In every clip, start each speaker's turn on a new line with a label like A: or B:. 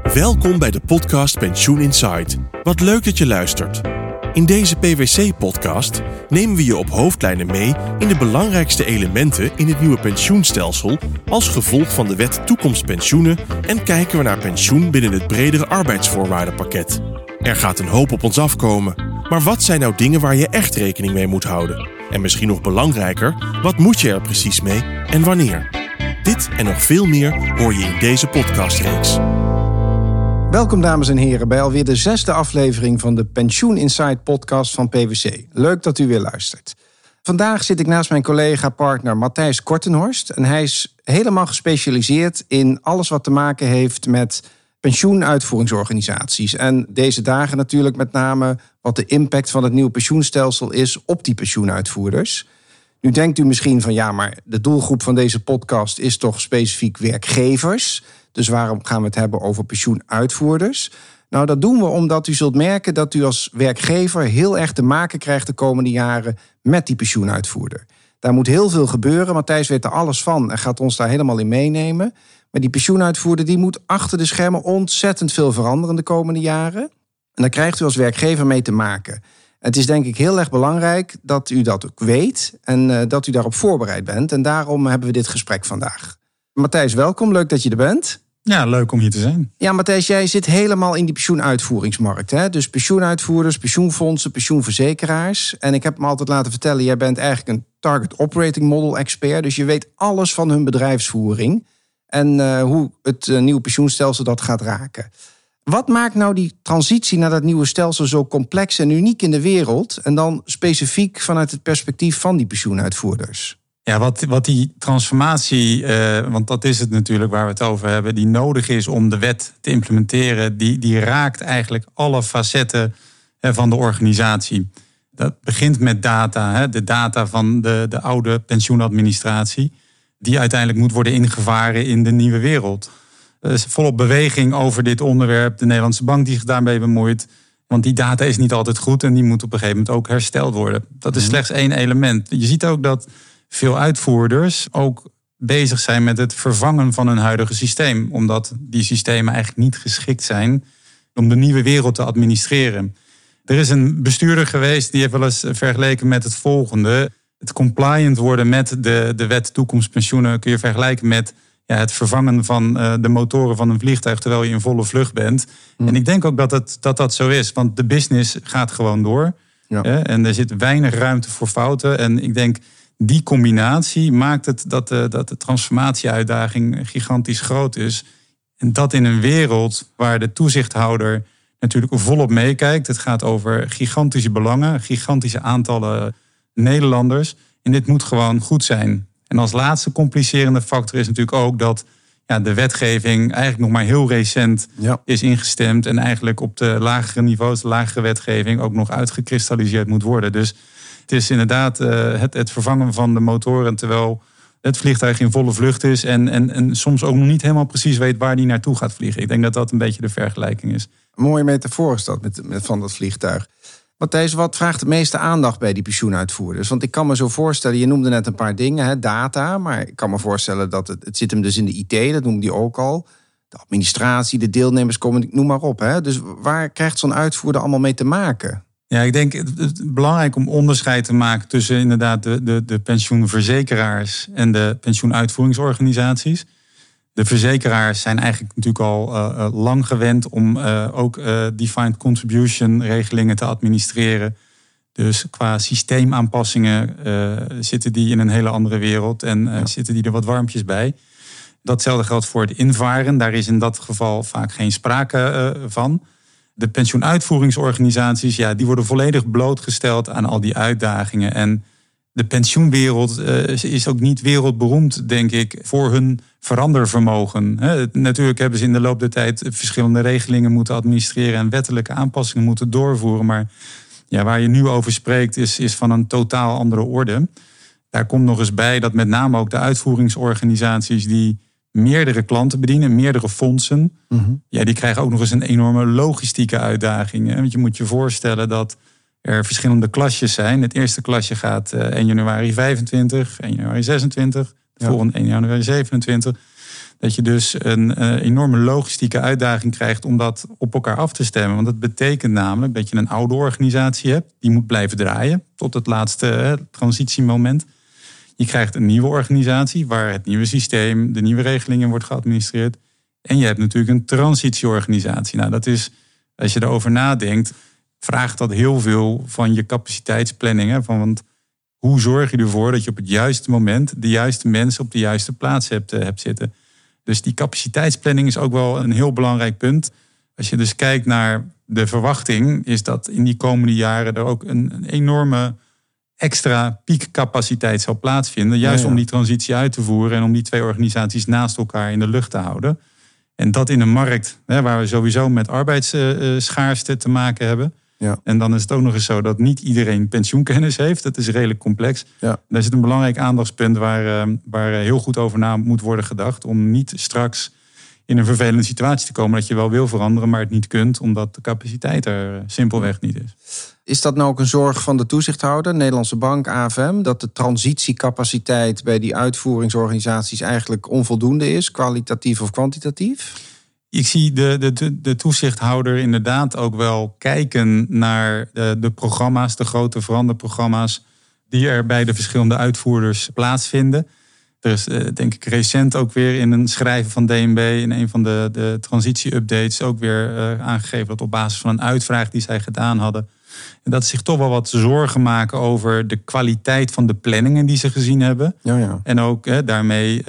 A: Welkom bij de podcast Pensioen Insight. Wat leuk dat je luistert. In deze PwC-podcast nemen we je op hoofdlijnen mee in de belangrijkste elementen in het nieuwe pensioenstelsel als gevolg van de wet toekomstpensioenen en kijken we naar pensioen binnen het bredere arbeidsvoorwaardenpakket. Er gaat een hoop op ons afkomen, maar wat zijn nou dingen waar je echt rekening mee moet houden? En misschien nog belangrijker, wat moet je er precies mee en wanneer? Dit en nog veel meer hoor je in deze podcastreeks.
B: Welkom dames en heren bij alweer de 6e aflevering van de Pensioen Insight podcast van PwC. Leuk dat u weer luistert. Vandaag zit ik naast mijn collega-partner Matthijs Kortenhorst. En hij is helemaal gespecialiseerd in alles wat te maken heeft met pensioenuitvoeringsorganisaties. En deze dagen natuurlijk met name wat de impact van het nieuwe pensioenstelsel is op die pensioenuitvoerders. Nu denkt u misschien van ja, maar de doelgroep van deze podcast is toch specifiek werkgevers. Dus waarom gaan we het hebben over pensioenuitvoerders? Nou, dat doen we omdat u zult merken dat u als werkgever heel erg te maken krijgt de komende jaren met die pensioenuitvoerder. Daar moet heel veel gebeuren. Matthijs weet er alles van en gaat ons daar helemaal in meenemen. Maar die pensioenuitvoerder die moet achter de schermen ontzettend veel veranderen de komende jaren. En daar krijgt u als werkgever mee te maken. Het is denk ik heel erg belangrijk dat u dat ook weet en dat u daarop voorbereid bent. En daarom hebben we dit gesprek vandaag. Matthijs, welkom. Leuk dat je er bent.
C: Ja, leuk om hier te zijn.
B: Ja, Matthijs, jij zit helemaal in die pensioenuitvoeringsmarkt. Hè? Dus pensioenuitvoerders, pensioenfondsen, pensioenverzekeraars. En ik heb me altijd laten vertellen, jij bent eigenlijk een target operating model expert. Dus je weet alles van hun bedrijfsvoering en hoe het nieuwe pensioenstelsel dat gaat raken. Wat maakt nou die transitie naar dat nieuwe stelsel zo complex en uniek in de wereld? En dan specifiek vanuit het perspectief van die pensioenuitvoerders?
C: Ja, wat die transformatie, want dat is het natuurlijk waar we het over hebben, die nodig is om de wet te implementeren, die raakt eigenlijk alle facetten van de organisatie. Dat begint met data, de data van de oude pensioenadministratie, die uiteindelijk moet worden ingevaren in de nieuwe wereld. Er is volop beweging over dit onderwerp. De Nederlandse Bank die zich daarmee bemoeit. Want die data is niet altijd goed en die moet op een gegeven moment ook hersteld worden. Dat is slechts één element. Je ziet ook dat veel uitvoerders ook bezig zijn met het vervangen van hun huidige systeem. Omdat die systemen eigenlijk niet geschikt zijn om de nieuwe wereld te administreren. Er is een bestuurder geweest die heeft wel eens vergeleken met het volgende. Het compliant worden met de wet toekomstpensioenen kun je vergelijken met het vervangen van de motoren van een vliegtuig terwijl je in volle vlucht bent. En ik denk ook dat zo is, want de business gaat gewoon door. Ja. En er zit weinig ruimte voor fouten. En ik denk die combinatie maakt het dat de transformatieuitdaging gigantisch groot is. En dat in een wereld waar de toezichthouder natuurlijk volop meekijkt. Het gaat over gigantische belangen, gigantische aantallen Nederlanders. En dit moet gewoon goed zijn. En als laatste complicerende factor is natuurlijk ook dat de wetgeving eigenlijk nog maar heel recent is ingestemd. En eigenlijk op de lagere niveaus, de lagere wetgeving ook nog uitgekristalliseerd moet worden. Dus het is inderdaad het vervangen van de motoren terwijl het vliegtuig in volle vlucht is. En soms ook nog niet helemaal precies weet waar die naartoe gaat vliegen. Ik denk dat dat een beetje de vergelijking is.
B: Een mooie metafoor is dat van dat vliegtuig. Matthijs, wat vraagt de meeste aandacht bij die pensioenuitvoerders? Want ik kan me zo voorstellen, je noemde net een paar dingen, data. Maar ik kan me voorstellen dat het zit hem dus in de IT, dat noemde je ook al. De administratie, de deelnemers, noem maar op. Dus waar krijgt zo'n uitvoerder allemaal mee te maken?
C: Ja, ik denk het belangrijk om onderscheid te maken tussen inderdaad de pensioenverzekeraars en de pensioenuitvoeringsorganisaties. De verzekeraars zijn eigenlijk natuurlijk al lang gewend om ook defined contribution regelingen te administreren. Dus qua systeemaanpassingen zitten die in een hele andere wereld en zitten die er wat warmpjes bij. Datzelfde geldt voor het invaren. Daar is in dat geval vaak geen sprake van. De pensioenuitvoeringsorganisaties, die worden volledig blootgesteld aan al die uitdagingen. En de pensioenwereld is ook niet wereldberoemd, denk ik, voor hun verandervermogen. Natuurlijk hebben ze in de loop der tijd verschillende regelingen moeten administreren en wettelijke aanpassingen moeten doorvoeren. Maar waar je nu over spreekt is van een totaal andere orde. Daar komt nog eens bij dat met name ook de uitvoeringsorganisaties die meerdere klanten bedienen, meerdere fondsen. Die krijgen ook nog eens een enorme logistieke uitdaging. Want je moet je voorstellen dat er verschillende klasjes zijn. Het eerste klasje gaat 1 januari 25, 1 januari 26, de volgende 1 januari 27. Dat je dus een enorme logistieke uitdaging krijgt om dat op elkaar af te stemmen. Want dat betekent namelijk dat je een oude organisatie hebt. Die moet blijven draaien tot het laatste transitiemoment. Je krijgt een nieuwe organisatie waar het nieuwe systeem, de nieuwe regelingen wordt geadministreerd. En je hebt natuurlijk een transitieorganisatie. Nou, dat is, als je erover nadenkt, vraagt dat heel veel van je capaciteitsplanning. Hè? Want hoe zorg je ervoor dat je op het juiste moment de juiste mensen op de juiste plaats hebt zitten. Dus die capaciteitsplanning is ook wel een heel belangrijk punt. Als je dus kijkt naar de verwachting, is dat in die komende jaren er ook een enorme extra piekcapaciteit zal plaatsvinden. Juist om die transitie uit te voeren en om die twee organisaties naast elkaar in de lucht te houden. En dat in een markt waar we sowieso met arbeidsschaarste te maken hebben. Ja. En dan is het ook nog eens zo dat niet iedereen pensioenkennis heeft. Dat is redelijk complex. Ja. Daar zit een belangrijk aandachtspunt waar heel goed over na moet worden gedacht. Om niet straks in een vervelende situatie te komen dat je wel wil veranderen, maar het niet kunt, omdat de capaciteit er simpelweg niet is.
B: Is dat nou ook een zorg van de toezichthouder, Nederlandse Bank, AFM, dat de transitiecapaciteit bij die uitvoeringsorganisaties eigenlijk onvoldoende is, kwalitatief of kwantitatief?
C: Ik zie de toezichthouder inderdaad ook wel kijken naar de programma's, de grote veranderprogramma's die er bij de verschillende uitvoerders plaatsvinden. Er is denk ik recent ook weer in een schrijven van DNB in een van de transitie-updates ook weer aangegeven dat op basis van een uitvraag die zij gedaan hadden, dat ze zich toch wel wat zorgen maken over de kwaliteit van de planningen die ze gezien hebben. Ja. En ook daarmee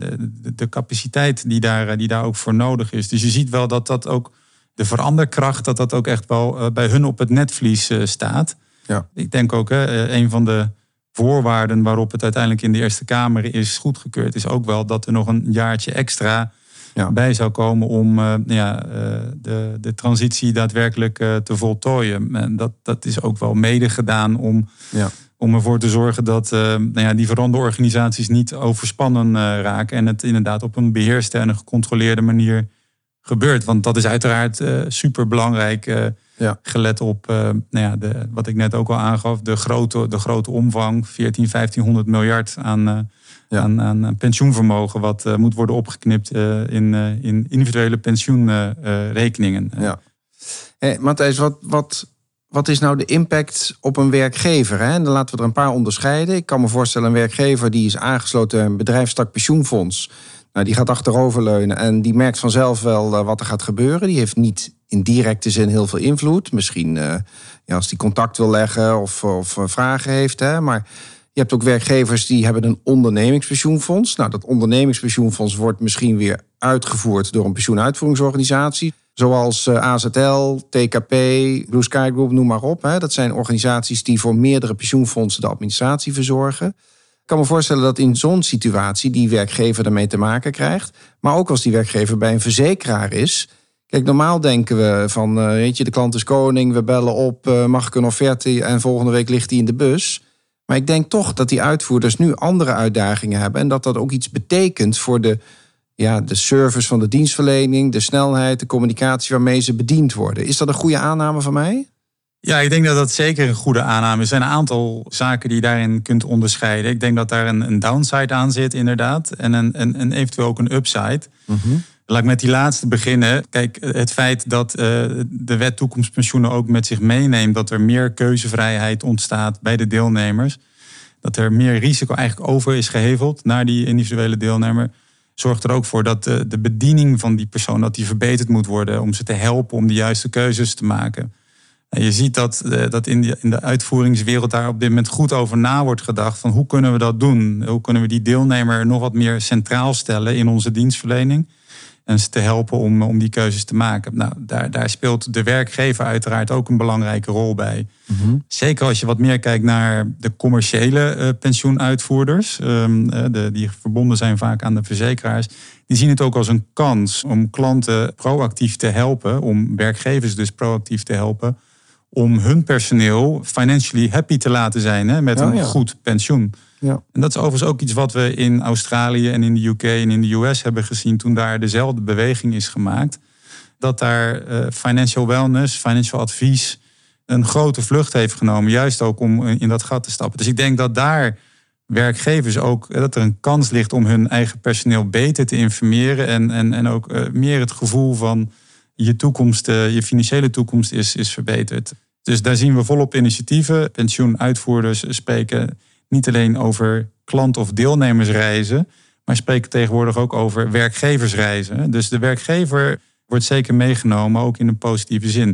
C: de capaciteit die daar ook voor nodig is. Dus je ziet wel dat ook de veranderkracht, dat ook echt wel bij hun op het netvlies staat. Ja. Ik denk ook een van de voorwaarden waarop het uiteindelijk in de Eerste Kamer is goedgekeurd, is ook wel dat er nog een jaartje extra bij zou komen om de transitie daadwerkelijk te voltooien. En dat is ook wel mede gedaan om ervoor te zorgen dat die veranderorganisaties niet overspannen raken en het inderdaad op een beheerste en een gecontroleerde manier gebeurt. Want dat is uiteraard superbelangrijk, gelet op wat ik net ook al aangaf, de grote omvang, 1500 miljard aan pensioenvermogen wat moet worden opgeknipt in individuele pensioenrekeningen.
B: Matthijs, wat is nou de impact op een werkgever? Hè? En dan laten we er een paar onderscheiden. Ik kan me voorstellen, een werkgever die is aangesloten bij een bedrijfstak pensioenfonds. Nou, die gaat achteroverleunen en die merkt vanzelf wel wat er gaat gebeuren. Die heeft niet in directe zin heel veel invloed. Misschien als die contact wil leggen of vragen heeft. Hè? Maar je hebt ook werkgevers die hebben een ondernemingspensioenfonds. Nou, dat ondernemingspensioenfonds wordt misschien weer uitgevoerd door een pensioenuitvoeringsorganisatie. Zoals AZL, TKP, Blue Sky Group, noem maar op. Hè. Dat zijn organisaties die voor meerdere pensioenfondsen de administratie verzorgen. Ik kan me voorstellen dat in zo'n situatie die werkgever ermee te maken krijgt. Maar ook als die werkgever bij een verzekeraar is. Kijk, normaal denken we van, de klant is koning, we bellen op, mag ik een offerte en volgende week ligt die in de bus. Maar ik denk toch dat die uitvoerders nu andere uitdagingen hebben en dat ook iets betekent voor de service van de dienstverlening, de snelheid, de communicatie waarmee ze bediend worden. Is dat een goede aanname van mij?
C: Ja, ik denk dat dat zeker een goede aanname is. Er zijn een aantal zaken die je daarin kunt onderscheiden. Ik denk dat daar een downside aan zit inderdaad en eventueel ook een upside. Mm-hmm. Laat ik met die laatste beginnen. Kijk, het feit dat de wet toekomstpensioenen ook met zich meeneemt dat er meer keuzevrijheid ontstaat bij de deelnemers, dat er meer risico eigenlijk over is geheveld naar die individuele deelnemer, zorgt er ook voor dat de bediening van die persoon dat die verbeterd moet worden om ze te helpen om de juiste keuzes te maken. En je ziet dat in de uitvoeringswereld daar op dit moment goed over na wordt gedacht van hoe kunnen we dat doen? Hoe kunnen we die deelnemer nog wat meer centraal stellen in onze dienstverlening en ze te helpen om die keuzes te maken? Nou, daar speelt de werkgever uiteraard ook een belangrijke rol bij. Mm-hmm. Zeker als je wat meer kijkt naar de commerciële pensioenuitvoerders, die verbonden zijn vaak aan de verzekeraars. Die zien het ook als een kans om klanten proactief te helpen, om werkgevers dus proactief te helpen, om hun personeel financially happy te laten zijn met een goed pensioen. Ja. En dat is overigens ook iets wat we in Australië en in de UK en in de US hebben gezien toen daar dezelfde beweging is gemaakt. Dat daar financial wellness, financial advies een grote vlucht heeft genomen. Juist ook om in dat gat te stappen. Dus ik denk dat daar werkgevers ook, dat er een kans ligt om hun eigen personeel beter te informeren. En ook meer het gevoel van je toekomst, je financiële toekomst is verbeterd. Dus daar zien we volop initiatieven. Pensioenuitvoerders spreken niet alleen over klant- of deelnemersreizen, maar spreken tegenwoordig ook over werkgeversreizen. Dus de werkgever wordt zeker meegenomen, ook in een positieve zin.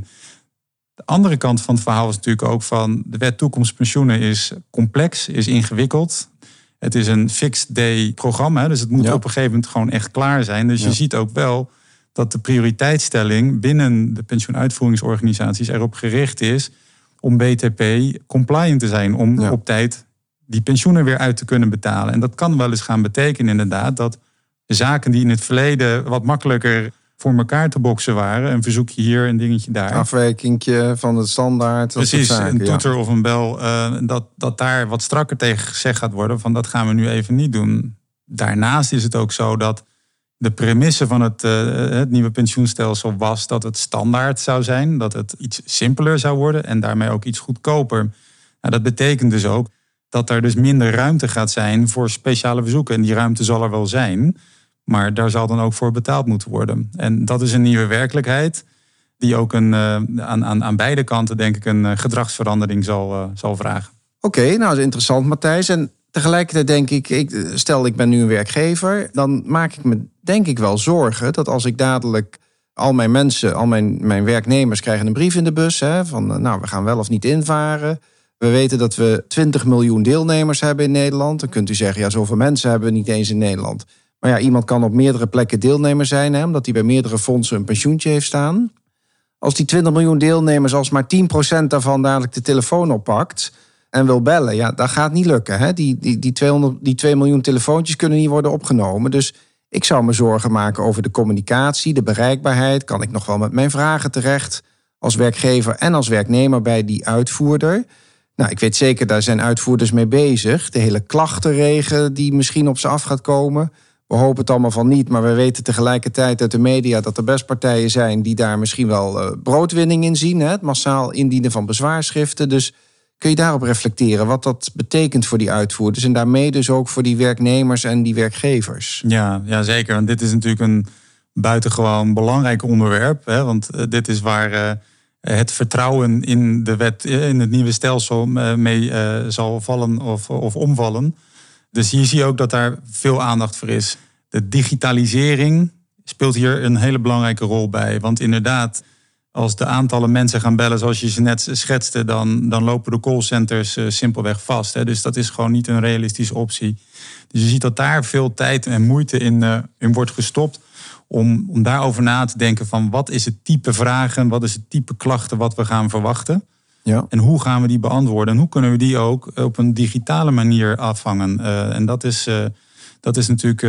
C: De andere kant van het verhaal is natuurlijk ook van de wet toekomstpensioenen is complex, is ingewikkeld. Het is een fixed day programma, dus het moet op een gegeven moment gewoon echt klaar zijn. Dus je ziet ook wel dat de prioriteitsstelling binnen de pensioenuitvoeringsorganisaties erop gericht is om BTP compliant te zijn, om op tijd die pensioenen weer uit te kunnen betalen. En dat kan wel eens gaan betekenen inderdaad dat zaken die in het verleden wat makkelijker voor elkaar te boksen waren, een verzoekje hier, een dingetje daar.
B: Afwijkingje van de standaard.
C: Precies, een toeter of een bel, dat daar wat strakker tegen gezegd gaat worden van dat gaan we nu even niet doen. Daarnaast is het ook zo dat de premisse van het nieuwe pensioenstelsel was dat het standaard zou zijn, dat het iets simpeler zou worden en daarmee ook iets goedkoper. Nou, dat betekent dus ook dat er dus minder ruimte gaat zijn voor speciale verzoeken. En die ruimte zal er wel zijn, maar daar zal dan ook voor betaald moeten worden. En dat is een nieuwe werkelijkheid die ook aan beide kanten denk ik een gedragsverandering zal vragen.
B: Oké, nou dat is interessant, Matthijs. En tegelijkertijd denk ik ben nu een werkgever, dan maak ik me denk ik wel zorgen dat als ik dadelijk al mijn mensen, al mijn werknemers krijgen een brief in de bus van we gaan wel of niet invaren. We weten dat we 20 miljoen deelnemers hebben in Nederland. Dan kunt u zeggen, zoveel mensen hebben we niet eens in Nederland. Maar iemand kan op meerdere plekken deelnemer zijn, omdat hij bij meerdere fondsen een pensioentje heeft staan. Als die 20 miljoen deelnemers, als maar 10% daarvan dadelijk de telefoon oppakt en wil bellen, dat gaat niet lukken. Hè? Die 2 miljoen telefoontjes kunnen niet worden opgenomen. Dus ik zou me zorgen maken over de communicatie, de bereikbaarheid. Kan ik nog wel met mijn vragen terecht als werkgever en als werknemer bij die uitvoerder? Nou, ik weet zeker, daar zijn uitvoerders mee bezig. De hele klachtenregen die misschien op ze af gaat komen. We hopen het allemaal van niet, maar we weten tegelijkertijd uit de media dat er best partijen zijn die daar misschien wel broodwinning in zien. Het massaal indienen van bezwaarschriften. Dus kun je daarop reflecteren wat dat betekent voor die uitvoerders en daarmee dus ook voor die werknemers en die werkgevers? Ja,
C: zeker. Want dit is natuurlijk een buitengewoon belangrijk onderwerp. Want dit is waar het vertrouwen in de wet, in het nieuwe stelsel mee zal vallen of omvallen. Dus hier zie je ook dat daar veel aandacht voor is. De digitalisering speelt hier een hele belangrijke rol bij. Want inderdaad, als de aantallen mensen gaan bellen zoals je ze net schetste, dan lopen de callcenters simpelweg vast. Dus dat is gewoon niet een realistische optie. Dus je ziet dat daar veel tijd en moeite in wordt gestopt om daarover na te denken van wat is het type vragen, wat is het type klachten wat we gaan verwachten. Ja. En hoe gaan we die beantwoorden? En hoe kunnen we die ook op een digitale manier afvangen? En dat is natuurlijk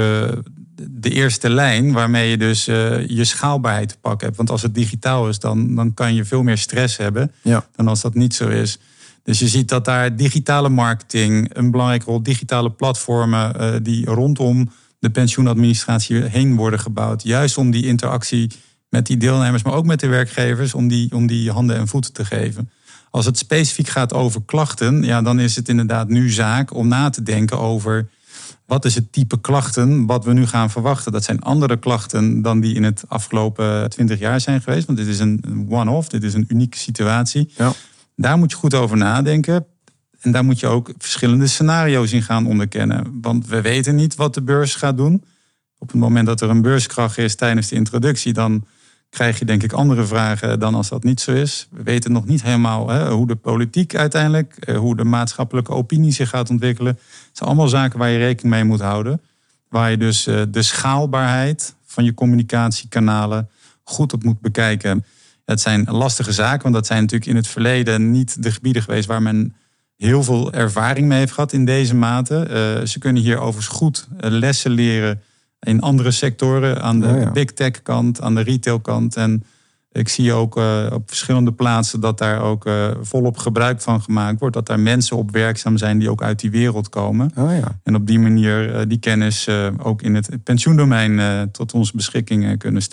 C: de eerste lijn waarmee je dus je schaalbaarheid te pakken hebt. Want als het digitaal is, dan kan je veel meer stress hebben dan als dat niet zo is. Dus je ziet dat daar digitale marketing een belangrijke rol, digitale platformen die rondom de pensioenadministratie heen worden gebouwd. Juist om die interactie met die deelnemers, maar ook met de werkgevers, om die handen en voeten te geven. Als het specifiek gaat over klachten, dan is het inderdaad nu zaak om na te denken over wat is het type klachten wat we nu gaan verwachten. Dat zijn andere klachten dan die in het afgelopen 20 jaar zijn geweest. Want dit is een one-off, dit is een unieke situatie. Ja. Daar moet je goed over nadenken. En daar moet je ook verschillende scenario's in gaan onderkennen. Want we weten niet wat de beurs gaat doen. Op het moment dat er een beurskracht is tijdens de introductie, dan krijg je denk ik andere vragen dan als dat niet zo is. We weten nog niet helemaal hoe de politiek uiteindelijk, hoe de maatschappelijke opinie zich gaat ontwikkelen. Het zijn allemaal zaken waar je rekening mee moet houden. Waar je dus de schaalbaarheid van je communicatiekanalen goed op moet bekijken. Het zijn lastige zaken, want dat zijn natuurlijk in het verleden niet de gebieden geweest waar men heel veel ervaring mee heeft gehad in deze mate. Ze kunnen hier overigens goed lessen leren in andere sectoren, aan de big tech kant, aan de retail kant. En ik zie ook op verschillende plaatsen dat daar ook volop gebruik van gemaakt wordt. Dat daar mensen op werkzaam zijn die ook uit die wereld komen. En op die manier die kennis ook in het pensioendomein tot onze beschikking kunnen stellen.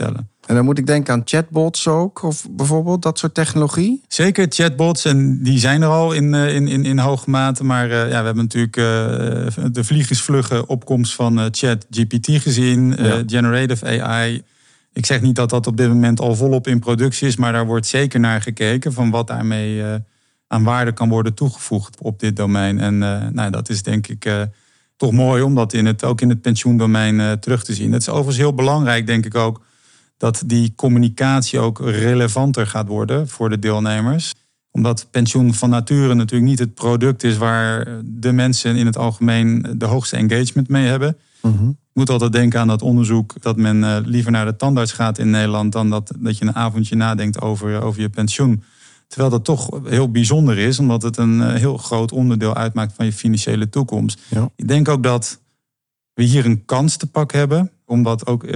B: En dan moet ik denken aan chatbots ook, of bijvoorbeeld dat soort technologie?
C: Zeker, chatbots, en die zijn er al in hoge mate. Maar we hebben natuurlijk de vliegensvlugge opkomst van ChatGPT gezien, Generative AI. Ik zeg niet dat dat op dit moment al volop in productie is, maar daar wordt zeker naar gekeken van wat daarmee aan waarde kan worden toegevoegd op dit domein. En dat is denk ik toch mooi om dat ook in het pensioendomein terug te zien. Het is overigens heel belangrijk, denk ik ook, dat die communicatie ook relevanter gaat worden voor de deelnemers. Omdat pensioen van nature natuurlijk niet het product is waar de mensen in het algemeen de hoogste engagement mee hebben. Mm-hmm. Ik moet altijd denken aan dat onderzoek dat men liever naar de tandarts gaat in Nederland dan dat je een avondje nadenkt over je pensioen. Terwijl dat toch heel bijzonder is, omdat het een heel groot onderdeel uitmaakt van je financiële toekomst. Ja. Ik denk ook dat we hier een kans te pakken hebben, omdat ook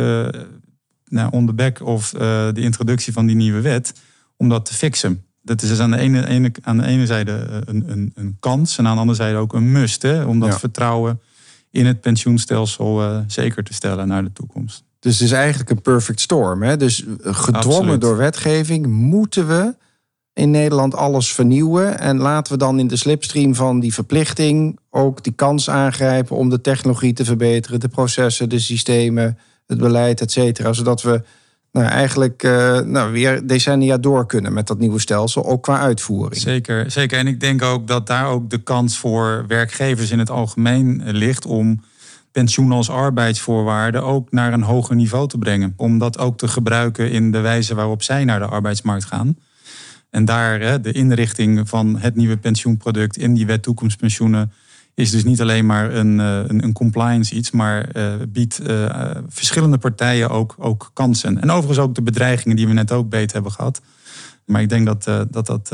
C: on the back of de introductie van die nieuwe wet, om dat te fixen. Dat is dus aan de ene zijde een kans en aan de andere zijde ook een must, om dat vertrouwen in het pensioenstelsel zeker te stellen naar de toekomst.
B: Dus het is eigenlijk een perfect storm. Hè? Dus gedwongen door wetgeving moeten we in Nederland alles vernieuwen. En laten we dan in de slipstream van die verplichting ook die kans aangrijpen om de technologie te verbeteren, de processen, de systemen, het beleid, et cetera. Zodat we eigenlijk weer decennia door kunnen met dat nieuwe stelsel, ook qua uitvoering.
C: Zeker. En ik denk ook dat daar ook de kans voor werkgevers in het algemeen ligt om pensioen als arbeidsvoorwaarde ook naar een hoger niveau te brengen. Om dat ook te gebruiken in de wijze waarop zij naar de arbeidsmarkt gaan. En daar de inrichting van het nieuwe pensioenproduct in die wet toekomstpensioenen is dus niet alleen maar een compliance iets, maar biedt verschillende partijen ook kansen. En overigens ook de bedreigingen die we net ook beet hebben gehad. Maar ik denk dat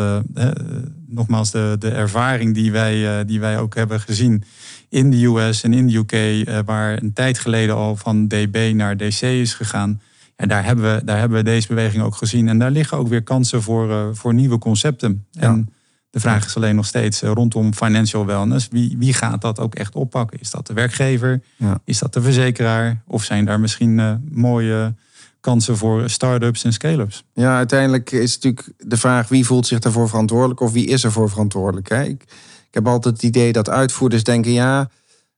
C: nogmaals de ervaring die wij ook hebben gezien in de US en in de UK, waar een tijd geleden al van DB naar DC is gegaan. En daar hebben we deze beweging ook gezien. En daar liggen ook weer kansen voor nieuwe concepten. Ja. En de vraag is alleen nog steeds rondom financial wellness. Wie gaat dat ook echt oppakken? Is dat de werkgever? Ja. Is dat de verzekeraar? Of zijn daar misschien mooie kansen voor start-ups en scale-ups?
B: Ja, uiteindelijk is natuurlijk de vraag wie voelt zich daarvoor verantwoordelijk of wie is ervoor verantwoordelijk. Hè? Ik heb altijd het idee dat uitvoerders denken,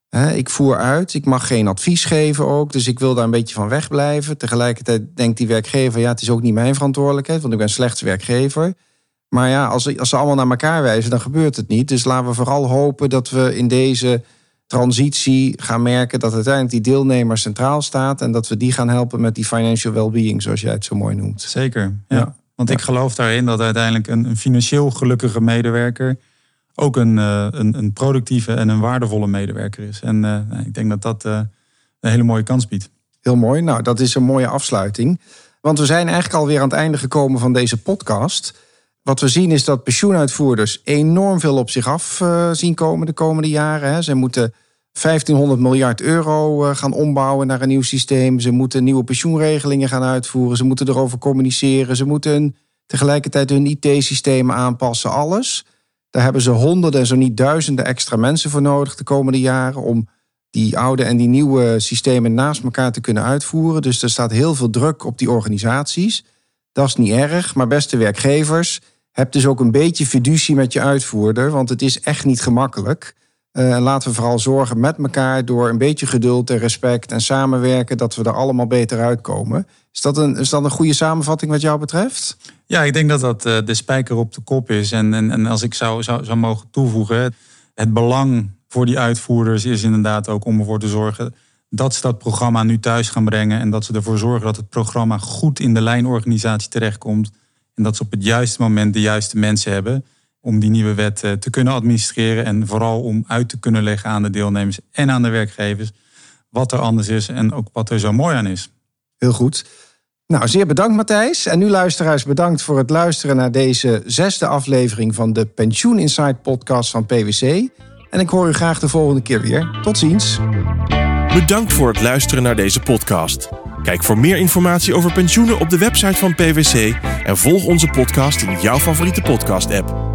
B: ik voer uit, ik mag geen advies geven ook, dus ik wil daar een beetje van wegblijven. Tegelijkertijd denkt die werkgever, het is ook niet mijn verantwoordelijkheid, want ik ben slechts werkgever. Maar als ze allemaal naar elkaar wijzen, dan gebeurt het niet. Dus laten we vooral hopen dat we in deze transitie gaan merken dat uiteindelijk die deelnemer centraal staat en dat we die gaan helpen met die financial well-being, zoals jij het zo mooi noemt.
C: Zeker, ja. Want ik geloof daarin dat uiteindelijk een financieel gelukkige medewerker ook een productieve en een waardevolle medewerker is. En ik denk dat een hele mooie kans biedt.
B: Heel mooi. Nou, dat is een mooie afsluiting. Want we zijn eigenlijk alweer aan het einde gekomen van deze podcast. Wat we zien is dat pensioenuitvoerders enorm veel op zich af zien komen de komende jaren. Ze moeten 1500 miljard euro gaan ombouwen naar een nieuw systeem. Ze moeten nieuwe pensioenregelingen gaan uitvoeren. Ze moeten erover communiceren. Ze moeten tegelijkertijd hun IT-systemen aanpassen. Alles. Daar hebben ze honderden, zo niet duizenden extra mensen voor nodig de komende jaren om die oude en die nieuwe systemen naast elkaar te kunnen uitvoeren. Dus er staat heel veel druk op die organisaties. Dat is niet erg, maar beste werkgevers, heb dus ook een beetje fiducie met je uitvoerder, want het is echt niet gemakkelijk. En laten we vooral zorgen met elkaar door een beetje geduld en respect en samenwerken dat we er allemaal beter uitkomen. Is dat een goede samenvatting wat jou betreft?
C: Ja, ik denk dat de spijker op de kop is. En als ik zou mogen toevoegen, het belang voor die uitvoerders is inderdaad ook om ervoor te zorgen dat ze dat programma nu thuis gaan brengen en dat ze ervoor zorgen dat het programma goed in de lijnorganisatie terechtkomt en dat ze op het juiste moment de juiste mensen hebben om die nieuwe wet te kunnen administreren en vooral om uit te kunnen leggen aan de deelnemers en aan de werkgevers wat er anders is en ook wat er zo mooi aan is.
B: Heel goed. Nou, zeer bedankt Matthijs. En nu luisteraars, bedankt voor het luisteren naar deze 6e aflevering van de Pensioen Insight podcast van PwC. En ik hoor u graag de volgende keer weer. Tot ziens.
A: Bedankt voor het luisteren naar deze podcast. Kijk voor meer informatie over pensioenen op de website van PwC en volg onze podcast in jouw favoriete podcast-app.